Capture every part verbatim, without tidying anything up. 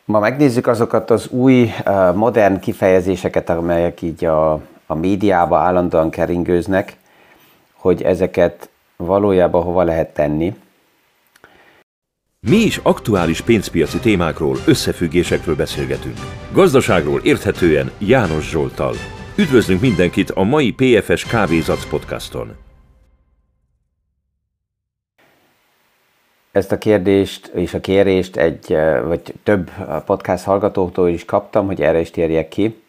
Ma megnézzük azokat az új, modern kifejezéseket, amelyek így a, a médiába állandóan keringőznek, hogy ezeket valójában hova lehet tenni. Mi is aktuális pénzpiaci témákról, összefüggésekről beszélgetünk. Gazdaságról érthetően János Zsolttal. Üdvözlünk mindenkit a mai pé ef es Kávézac podcaston. Ezt a kérdést és a kérést egy vagy több podcast hallgatóktól is kaptam, hogy erre is térjek ki.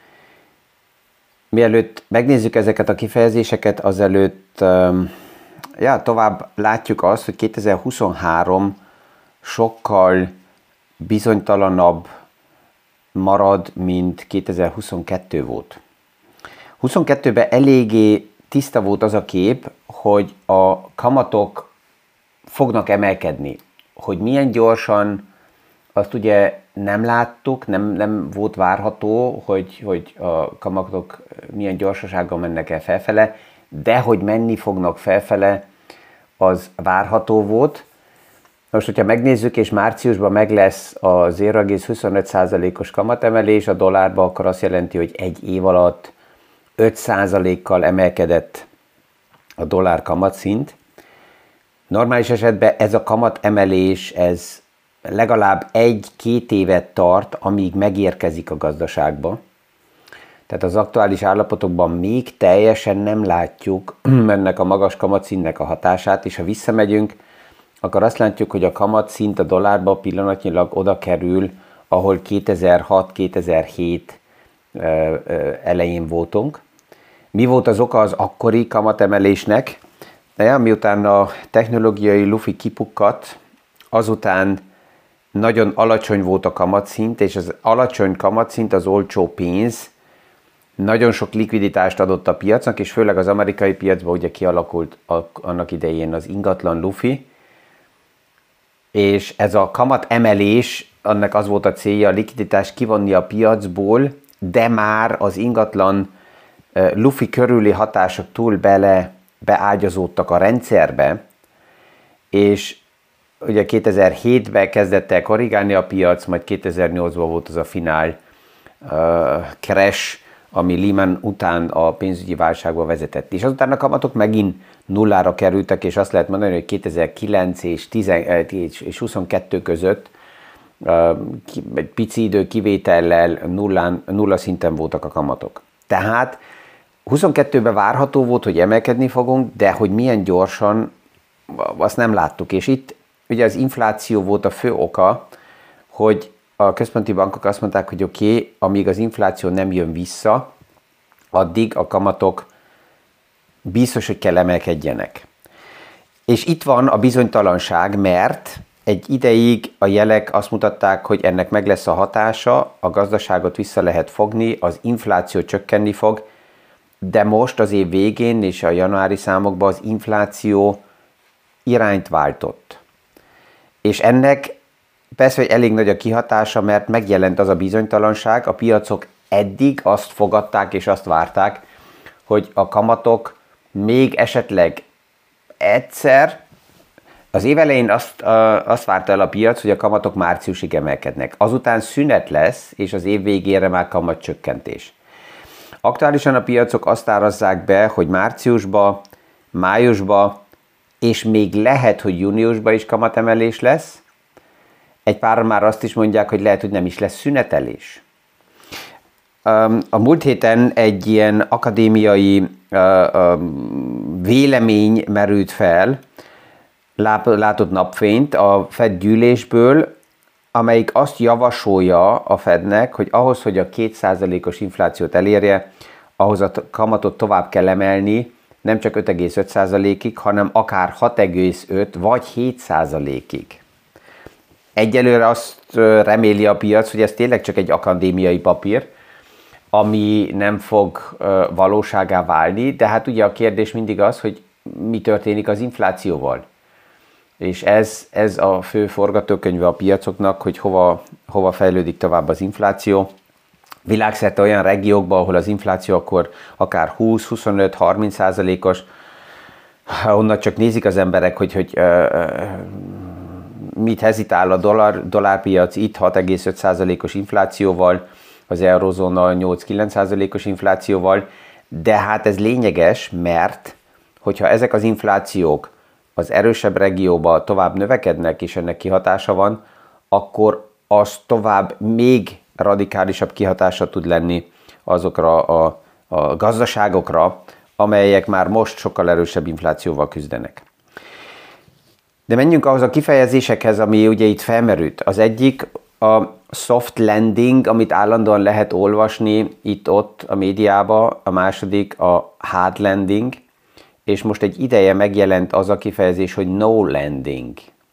Mielőtt megnézzük ezeket a kifejezéseket, azelőtt ja, tovább látjuk azt, hogy kétezer-huszonhárom sokkal bizonytalanabb marad, mint kétezer-huszonkettő volt. huszonkettőben eléggé tiszta volt az a kép, hogy a kamatok fognak emelkedni. Hogy milyen gyorsan, azt ugye nem láttuk, nem, nem volt várható, hogy, hogy a kamatok milyen gyorsasággal mennek el felfele, de hogy menni fognak felfele, az várható volt. Most, hogyha megnézzük, és márciusban meg lesz a zéro egész huszonöt százalékos kamatemelés a dollárba, akkor azt jelenti, hogy egy év alatt öt százalékkal emelkedett a dollár kamatszint. Normális esetben ez a kamatemelés, ez legalább egy-két évet tart, amíg megérkezik a gazdaságba. Tehát az aktuális állapotokban még teljesen nem látjuk ennek a magas kamatszintnek a hatását, és ha visszamegyünk, akkor azt látjuk, hogy a kamatszint a dollárba pillanatnyilag oda kerül, ahol kétezer-hat-kétezer-hét elején voltunk. Mi volt az oka az akkori kamatemelésnek? De miután a technológiai lufi kipukkadt, azután nagyon alacsony volt a kamatszint, és az alacsony kamatszint, az olcsó pénz nagyon sok likviditást adott a piacnak, és főleg az amerikai piacban ugye kialakult annak idején az ingatlan lufi, és ez a kamat emelés, annak az volt a célja, a likviditást kivonni a piacból, de már az ingatlan uh, lufi körüli hatások túl bele beágyazódtak a rendszerbe, és ugye kétezer-hétben kezdett el korrigálni a piac, majd kétezer-nyolcban volt az a finál uh, crash, ami Lehman után a pénzügyi válságba vezetett. És azután a kamatok megint nullára kerültek, és azt lehet mondani, hogy kétezer-kilenc és, és huszonkettő között uh, egy pici idő kivétellel nullán, nulla szinten voltak a kamatok. Tehát huszonkettőben várható volt, hogy emelkedni fogunk, de hogy milyen gyorsan, azt nem láttuk. És itt ugye az infláció volt a fő oka, hogy a központi bankok azt mondták, hogy oké, okay, amíg az infláció nem jön vissza, addig a kamatok biztos, hogy kell emelkedjenek. És itt van a bizonytalanság, mert egy ideig a jelek azt mutatták, hogy ennek meg lesz a hatása, a gazdaságot vissza lehet fogni, az infláció csökkenni fog, de most az év végén és a januári számokban az infláció irányt váltott. És ennek persze, hogy elég nagy a kihatása, mert megjelent az a bizonytalanság, a piacok eddig azt fogadták és azt várták, hogy a kamatok még esetleg egyszer, az év elején azt, azt várta el a piac, hogy a kamatok márciusig emelkednek. Azután szünet lesz, és az év végére már kamatcsökkentés. Aktuálisan a piacok azt árazzák be, hogy márciusban, májusban, és még lehet, hogy júniusban is kamatemelés lesz. Egy páran már azt is mondják, hogy lehet, hogy nem is lesz szünetelés. A múlt héten egy ilyen akadémiai vélemény merült fel, látott napfényt a Fed gyűlésből, amelyik azt javasolja a Fednek, hogy ahhoz, hogy a két százalékos inflációt elérje, ahhoz a kamatot tovább kell emelni, nem csak öt egész öt százalékig, hanem akár hat egész öt vagy hét százalékig. Egyelőre azt reméli a piac, hogy ez tényleg csak egy akadémiai papír, ami nem fog valóságá válni, de hát ugye a kérdés mindig az, hogy mi történik az inflációval. És ez, ez a fő forgatókönyve a piacoknak, hogy hova, hova fejlődik tovább az infláció. Világszerte olyan regiókban, ahol az infláció akkor akár húsz, huszonöt, harminc százalékos, onnan csak nézik az emberek, hogy, hogy ö, ö, mit hezitál a dollár, dollárpiac itt hat egész öt százalékos inflációval, az eurozóna nyolc-kilenc százalékos inflációval, de hát ez lényeges, mert hogyha ezek az inflációk az erősebb regióba tovább növekednek, és ennek kihatása van, akkor az tovább még radikálisabb kihatása tud lenni azokra a, a gazdaságokra, amelyek már most sokkal erősebb inflációval küzdenek. De menjünk ahhoz a kifejezésekhez, ami ugye itt felmerült. Az egyik a soft landing, amit állandóan lehet olvasni itt-ott a médiába, a második a hard landing, és most egy ideje megjelent az a kifejezés, hogy no landing.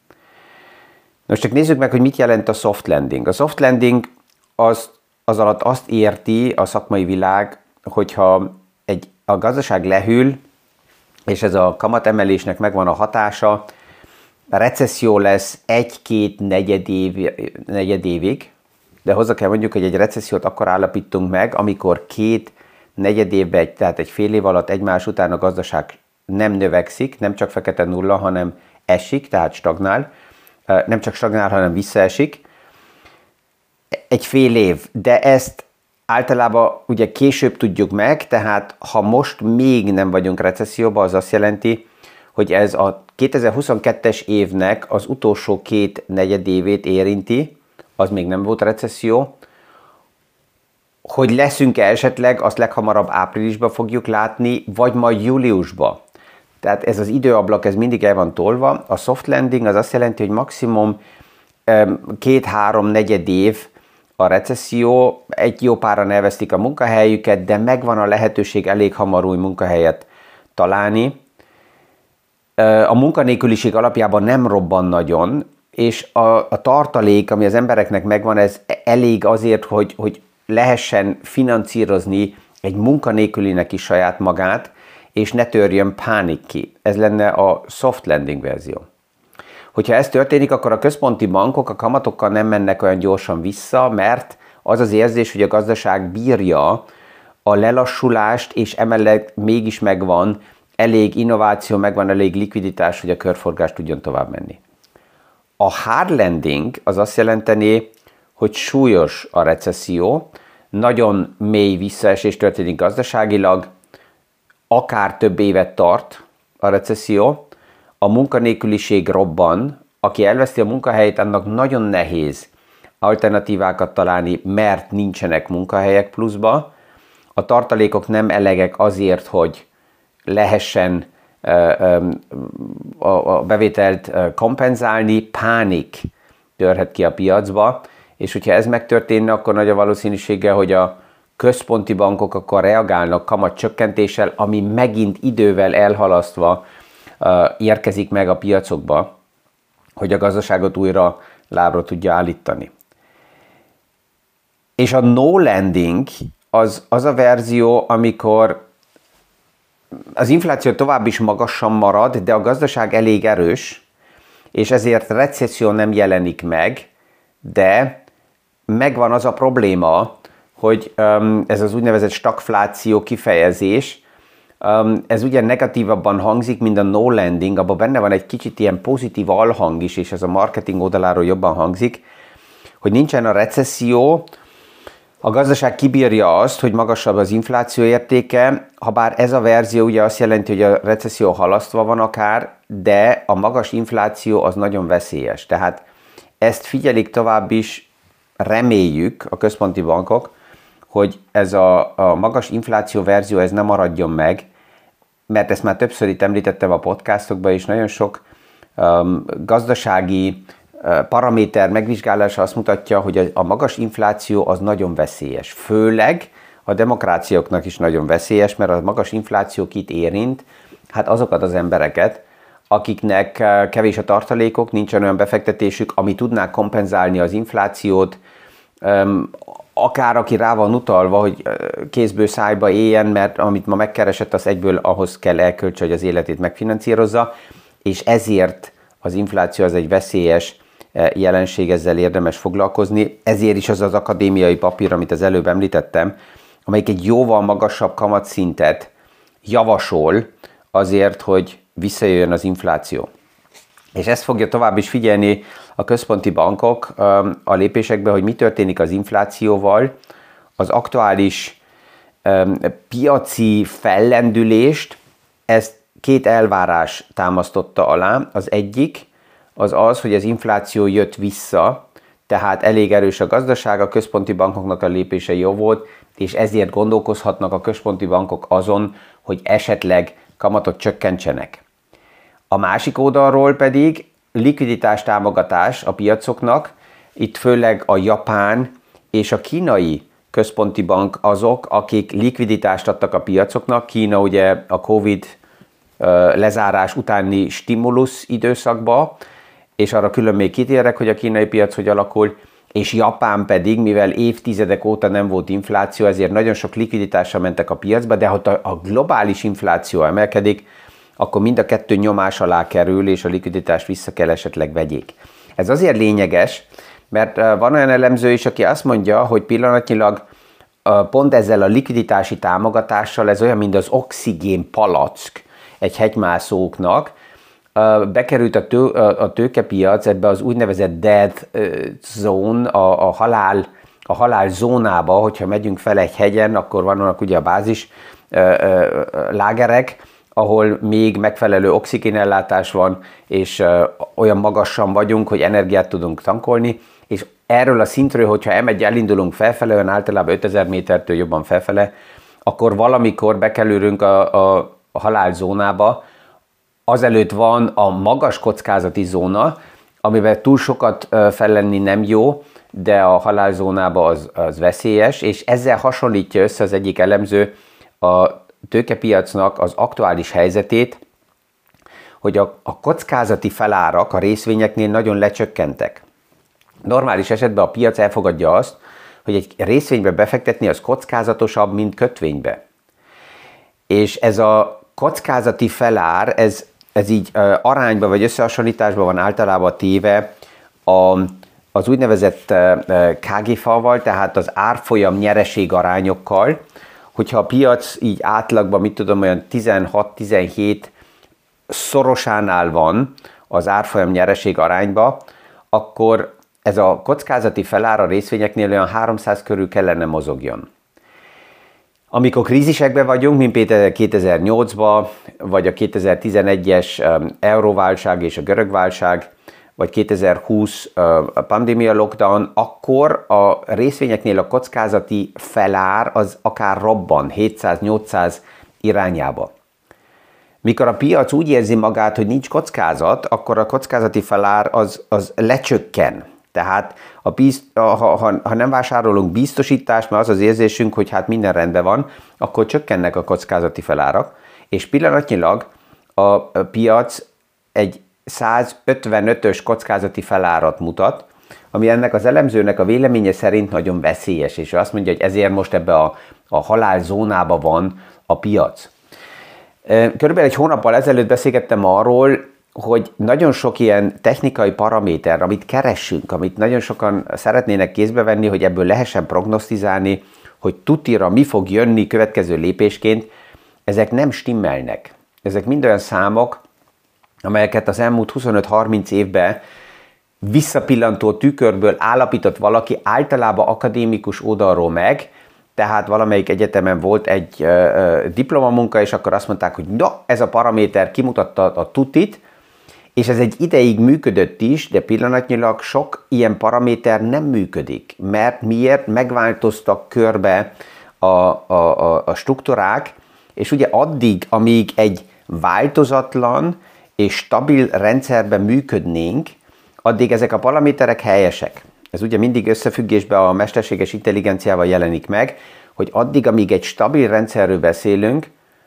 Most csak nézzük meg, hogy mit jelent a soft landing. A soft landing az, az alatt azt érti a szakmai világ, hogyha egy, a gazdaság lehűl, és ez a kamatemelésnek megvan a hatása, a recesszió lesz egy-két negyed, év, negyed évig, de hozzá kell mondjuk, hogy egy recessziót akkor állapítunk meg, amikor két negyed évben, tehát egy fél év alatt egymás után a gazdaság nem növekszik, nem csak fekete nulla, hanem esik, tehát stagnál, nem csak stagnál, hanem visszaesik. Egy fél év, de ezt általában ugye később tudjuk meg, tehát ha most még nem vagyunk recesszióban, az azt jelenti, hogy ez a kétezer-huszonkettes évnek az utolsó két negyedévét érinti, az még nem volt recesszió. Hogy leszünk-e esetleg, azt leghamarabb áprilisban fogjuk látni, vagy majd júliusban. Tehát ez az időablak, ez mindig el van tolva. A soft landing az azt jelenti, hogy maximum két-három negyed év a recesszió, egy jó páran elvesztik a munkahelyüket, de megvan a lehetőség elég hamar új munkahelyet találni. A munkanélküliség alapjában nem robban nagyon, és a, a tartalék, ami az embereknek megvan, ez elég azért, hogy, hogy lehessen finanszírozni egy munkanélkülinek is saját magát, és ne törjön pánik ki. Ez lenne a soft landing verzió. Hogyha ez történik, akkor a központi bankok a kamatokkal nem mennek olyan gyorsan vissza, mert az az érzés, hogy a gazdaság bírja a lelassulást, és emellett mégis megvan elég innováció, megvan elég likviditás, hogy a körforgás tudjon tovább menni. A hard landing az azt jelenteni, hogy súlyos a recesszió, nagyon mély visszaesés történik gazdaságilag, akár több évet tart a recesszió, a munkanélküliség robban, aki elveszti a munkahelyét, annak nagyon nehéz alternatívákat találni, mert nincsenek munkahelyek pluszba, a tartalékok nem elegek azért, hogy lehessen a bevételt kompenzálni, pánik törhet ki a piacba, és hogyha ez megtörténne, akkor nagy a valószínűsége, hogy a központi bankok akkor reagálnak kamatcsökkentéssel, ami megint idővel elhalasztva érkezik meg a piacokba, hogy a gazdaságot újra lábra tudja állítani. És a no landing az, az a verzió, amikor az infláció tovább is magasan marad, de a gazdaság elég erős, és ezért recesszió nem jelenik meg, de megvan az a probléma, hogy um, ez az úgynevezett stagfláció kifejezés, um, ez ugye negatívabban hangzik, mint a no landing, abban benne van egy kicsit ilyen pozitív alhang is, és ez a marketing oldaláról jobban hangzik, hogy nincsen a recesszió, a gazdaság kibírja azt, hogy magasabb az infláció értéke, ha bár ez a verzió ugye azt jelenti, hogy a recesszió halasztva van akár, de a magas infláció az nagyon veszélyes. Tehát ezt figyelik tovább is, reméljük a központi bankok, hogy ez a, a magas infláció verzió ez nem maradjon meg, mert ezt már többször itt említettem a podcastokban, és nagyon sok um, gazdasági uh, paraméter megvizsgálása azt mutatja, hogy a, a magas infláció az nagyon veszélyes. Főleg a demokráciáknak is nagyon veszélyes, mert a magas infláció kit érint? Hát azokat az embereket, akiknek kevés a tartalékok, nincsen olyan befektetésük, ami tudná kompenzálni az inflációt, akár aki rá van utalva, hogy kézből szájba éljen, mert amit ma megkeresett, az egyből ahhoz kell elköltse, hogy az életét megfinanszírozza, és ezért az infláció az egy veszélyes jelenség, ezzel érdemes foglalkozni. Ezért is az az akadémiai papír, amit az előbb említettem, amelyik egy jóval magasabb kamatszintet javasol azért, hogy visszajöjjön az infláció. És ezt fogja tovább is figyelni a központi bankok a lépésekben, hogy mi történik az inflációval, az aktuális piaci fellendülést, ezt két elvárás támasztotta alá. Az egyik az az, hogy az infláció jött vissza, tehát elég erős a gazdaság, a központi bankoknak a lépése jó volt, és ezért gondolkozhatnak a központi bankok azon, hogy esetleg kamatot csökkentsenek. A másik oldalról pedig likviditás támogatás a piacoknak, itt főleg a japán és a kínai központi bank azok, akik likviditást adtak a piacoknak. Kína ugye a Covid lezárás utáni stimulusz időszakba, és arra külön még kitérek, hogy a kínai piac hogy alakul, és Japán pedig, mivel évtizedek óta nem volt infláció, ezért nagyon sok likviditásra mentek a piacba, de ha a globális infláció emelkedik, akkor mind a kettő nyomás alá kerül, és a likviditást vissza kell esetleg vegyék. Ez azért lényeges, mert van olyan elemző is, aki azt mondja, hogy pillanatnyilag pont ezzel a likviditási támogatással ez olyan, mint az oxigén palack egy hegymászóknak, bekerült a, tő, a tőkepiac ebbe az úgynevezett death zone, a, a, halál, a halál zónába, hogyha megyünk fel egy hegyen, akkor vannak ugye a bázis lágerek, ahol még megfelelő oxigénellátás van, és olyan magasan vagyunk, hogy energiát tudunk tankolni, és erről a szintről, hogyha emegy, elindulunk felfele, olyan általában ötezer métertől jobban felfele, akkor valamikor bekerülünk a, a, a halálzónába. Azelőtt van a magas kockázati zóna, amiben túl sokat fellenni nem jó, de a halálzónába az, az veszélyes, és ezzel hasonlítja össze az egyik elemző a tőkepiacnak az aktuális helyzetét, hogy a, a kockázati felárak a részvényeknél nagyon lecsökkentek. Normális esetben a piac elfogadja azt, hogy egy részvénybe befektetni az kockázatosabb, mint kötvénybe. És ez a kockázati felár, ez, ez így uh, arányban vagy összehasonlításban van általában téve a, az úgynevezett uh, ká gé ef-val, tehát az árfolyam nyereség arányokkal, hogyha a piac így átlagban, mit tudom, olyan tizenhat-tizenhét szorosánál van az árfolyam nyereség arányba, akkor ez a kockázati felár a részvényeknél olyan háromszáz körül kellene mozogjon. Amikor krízisekben vagyunk, mint kétezer-nyolcban, vagy a kétezer-tizenegyes euróválság és a görög válság, vagy kétezer-húsz a pandémia lockdown, akkor a részvényeknél a kockázati felár az akár robban hétszáz-nyolcszáz irányába. Mikor a piac úgy érzi magát, hogy nincs kockázat, akkor a kockázati felár az, az lecsökken. Tehát a bizt, ha, ha, ha nem vásárolunk biztosítást, mert az az érzésünk, hogy hát minden rendben van, akkor csökkennek a kockázati felárak, és pillanatnyilag a piac egy százötvenötös kockázati felárat mutat, ami ennek az elemzőnek a véleménye szerint nagyon veszélyes, és ő azt mondja, hogy ezért most ebbe a, a halálzónába van a piac. Körülbelül egy hónappal ezelőtt beszélgettem arról, hogy nagyon sok ilyen technikai paraméter, amit keressünk, amit nagyon sokan szeretnének kézbe venni, hogy ebből lehessen prognosztizálni, hogy tutira mi fog jönni következő lépésként, ezek nem stimmelnek. Ezek mind olyan számok, amelyeket az elmúlt huszonöt-harminc évben visszapillantó tükörből állapított valaki, általában akadémikus oldalról meg, tehát valamelyik egyetemen volt egy ö, ö, diplomamunka, és akkor azt mondták, hogy na, ez a paraméter kimutatta a tutit, és ez egy ideig működött is, de pillanatnyilag sok ilyen paraméter nem működik, mert miért megváltoztak körbe a, a, a, a struktúrák, és ugye addig, amíg egy változatlan és stabil rendszerben működnénk, addig ezek a paraméterek helyesek. Ez ugye mindig összefüggésben a mesterséges intelligenciával jelenik meg, hogy addig, amíg egy stabil rendszerről beszélünk,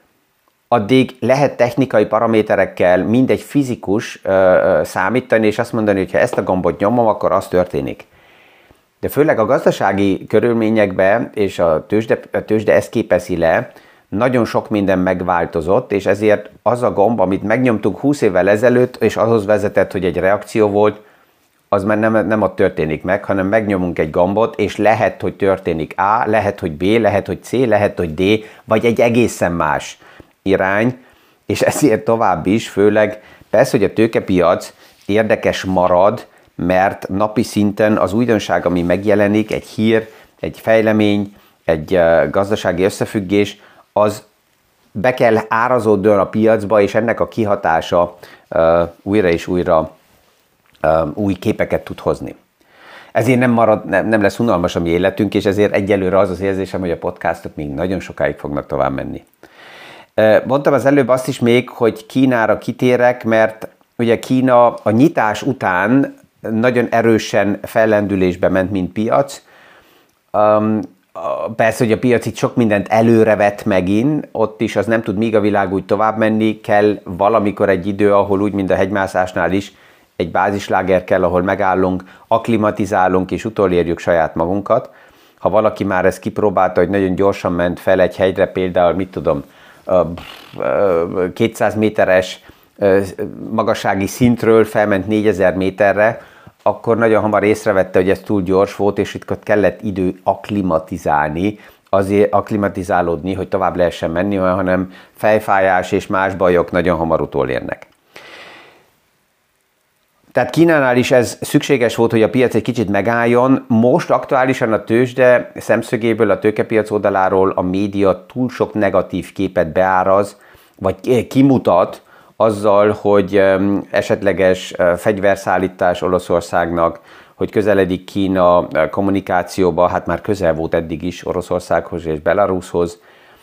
addig lehet technikai paraméterekkel mindegy fizikus ö, ö, számítani, és azt mondani, hogy ha ezt a gombot nyomom, akkor az történik. De főleg a gazdasági körülményekben, és a tőzsde, a tőzsde ezt képezi le, nagyon sok minden megváltozott, és ezért az a gomb, amit megnyomtuk húsz évvel ezelőtt, és ahhoz vezetett, hogy egy reakció volt, az már nem, nem ott történik meg, hanem megnyomunk egy gombot, és lehet, hogy történik A, lehet, hogy B, lehet, hogy C, lehet, hogy D, vagy egy egészen más irány, és ezért tovább is, főleg persze, hogy a tőkepiac érdekes marad, mert napi szinten az újdonság, ami megjelenik, egy hír, egy fejlemény, egy gazdasági összefüggés, az be kell árazódjon a piacba, és ennek a kihatása újra és újra új képeket tud hozni. Ezért nem, marad, nem, nem lesz unalmas a mi életünk, és ezért egyelőre az az érzésem, hogy a podcastok még nagyon sokáig fognak tovább menni. Mondtam az előbb azt is még, hogy Kínára kitérek, mert ugye Kína a nyitás után nagyon erősen fellendülésbe ment, mint piac. Um, persze, hogy a piac itt sok mindent előre vett megint, ott is az nem tud még a világ úgy tovább menni, kell valamikor egy idő, ahol úgy, mint a hegymászásnál is, egy bázisláger kell, ahol megállunk, akklimatizálunk és utolérjük saját magunkat. Ha valaki már ezt kipróbálta, hogy nagyon gyorsan ment fel egy hegyre, például, mit tudom, kétszáz méteres magassági szintről felment négyezer méterre, akkor nagyon hamar észrevette, hogy ez túl gyors volt, és itt kellett idő akklimatizálni, azért akklimatizálódni, hogy tovább lehessen menni, hanem fejfájás és más bajok nagyon hamar utolérnek. Tehát Kínánál is ez szükséges volt, hogy a piac egy kicsit megálljon. Most aktuálisan a tőzsde szemszögéből, a tőkepiac oldaláról a média túl sok negatív képet beáraz, vagy kimutat azzal, hogy esetleges fegyverszállítás Oroszországnak, hogy közeledik Kína kommunikációba, hát már közel volt eddig is Oroszországhoz és Belarushoz.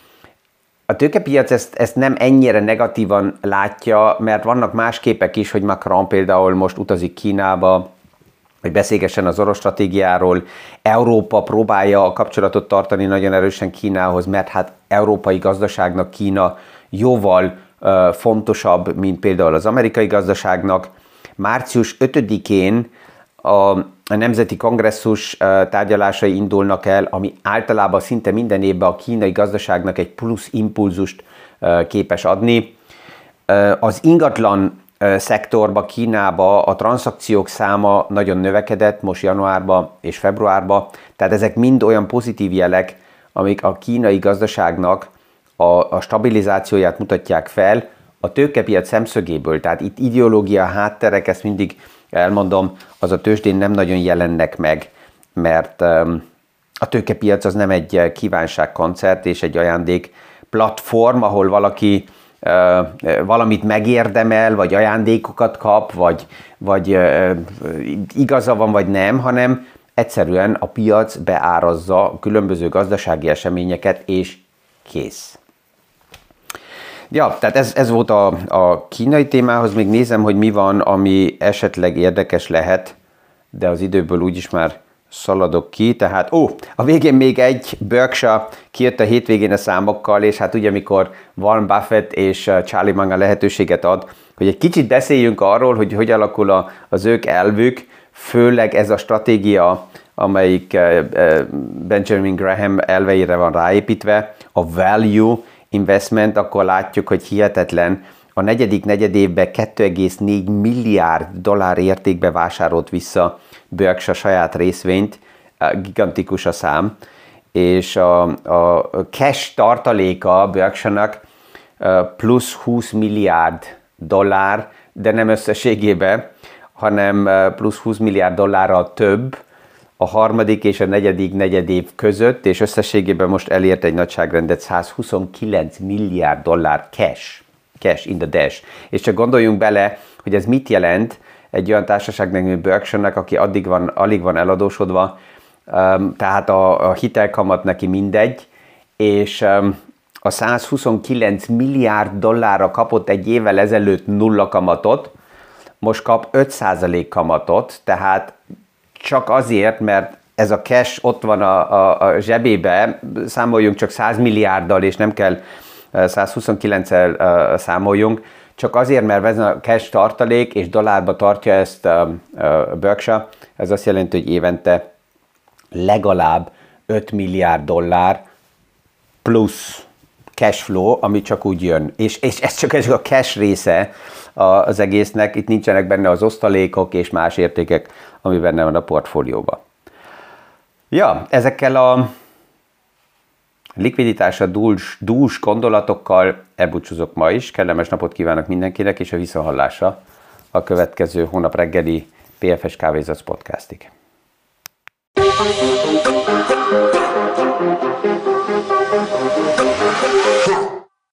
A tőkepiac ezt, ezt nem ennyire negatívan látja, mert vannak más képek is, hogy Macron például most utazik Kínába, hogy beszélgessen az orosz stratégiáról. Európa próbálja a kapcsolatot tartani nagyon erősen Kínához, mert hát európai gazdaságnak Kína jóval uh, fontosabb, mint például az amerikai gazdaságnak. március ötödikén a A Nemzeti Kongresszus tárgyalásai indulnak el, ami általában szinte minden évben a kínai gazdaságnak egy plusz impulzust képes adni. Az ingatlan szektorba, Kínába a tranzakciók száma nagyon növekedett most januárban és februárban, tehát ezek mind olyan pozitív jelek, amik a kínai gazdaságnak a, a stabilizációját mutatják fel a tőkepiac szemszögéből. Tehát itt ideológia hátterek, ezt mindig elmondom, az a tőzsdén nem nagyon jelennek meg, mert a tőkepiac az nem egy kívánságkoncert és egy ajándék platform, ahol valaki valamit megérdemel, vagy ajándékokat kap, vagy, vagy igaza van, vagy nem, hanem egyszerűen a piac beárazza a különböző gazdasági eseményeket, és kész. Ja, tehát ez, ez volt a, a kínai témához. Még nézem, hogy mi van, ami esetleg érdekes lehet, de az időből úgyis már szaladok ki. Tehát, ó, a végén még egy Berkshire kijött a hétvégén a számokkal, és hát ugye, amikor Warren Buffett és Charlie Munger lehetőséget ad, hogy egy kicsit beszéljünk arról, hogy hogy alakul a, az ők elvük, főleg ez a stratégia, amelyik Benjamin Graham elveire van ráépítve, a value investment, akkor látjuk, hogy hihetetlen. A negyedik negyedévben két egész négy milliárd dollár értékbe vásárolt vissza Berkshire saját részvényt, gigantikus a szám, és a, a cash tartaléka Berkshire-nak plusz húsz milliárd dollár, de nem összességében, hanem plusz húsz milliárd dollárral több a harmadik és a negyedik negyedév között, és összességében most elért egy nagyságrendet százhuszonkilenc milliárd dollár cash, cash in the dash. És csak gondoljunk bele, hogy ez mit jelent egy olyan társaságnak, mint Berkshire-nek, aki addig van, alig van eladósodva, tehát a, a hitelkamat neki mindegy, és a százhuszonkilenc milliárd dollárra kapott egy évvel ezelőtt nulla kamatot, most kap öt százalék kamatot, tehát csak azért, mert ez a cash ott van a, a, a zsebébe, számoljunk csak száz milliárddal, és nem kell százhuszonkilenccel uh, számoljunk, csak azért, mert ez a cash tartalék, és dollárba tartja ezt a uh, uh, Berkshire, ez azt jelenti, hogy évente legalább öt milliárd dollár plusz cash flow, ami csak úgy jön. És, és ez csak ez a cash része az egésznek, itt nincsenek benne az osztalékok és más értékek, ami benne van a portfólióban. Ja, ezekkel a likviditásra dús, dús gondolatokkal elbúcsúzok ma is. Kellemes napot kívánok mindenkinek, és a visszahallásra a következő hónap reggeli pé ef es Kávézac podcastig. Thank you.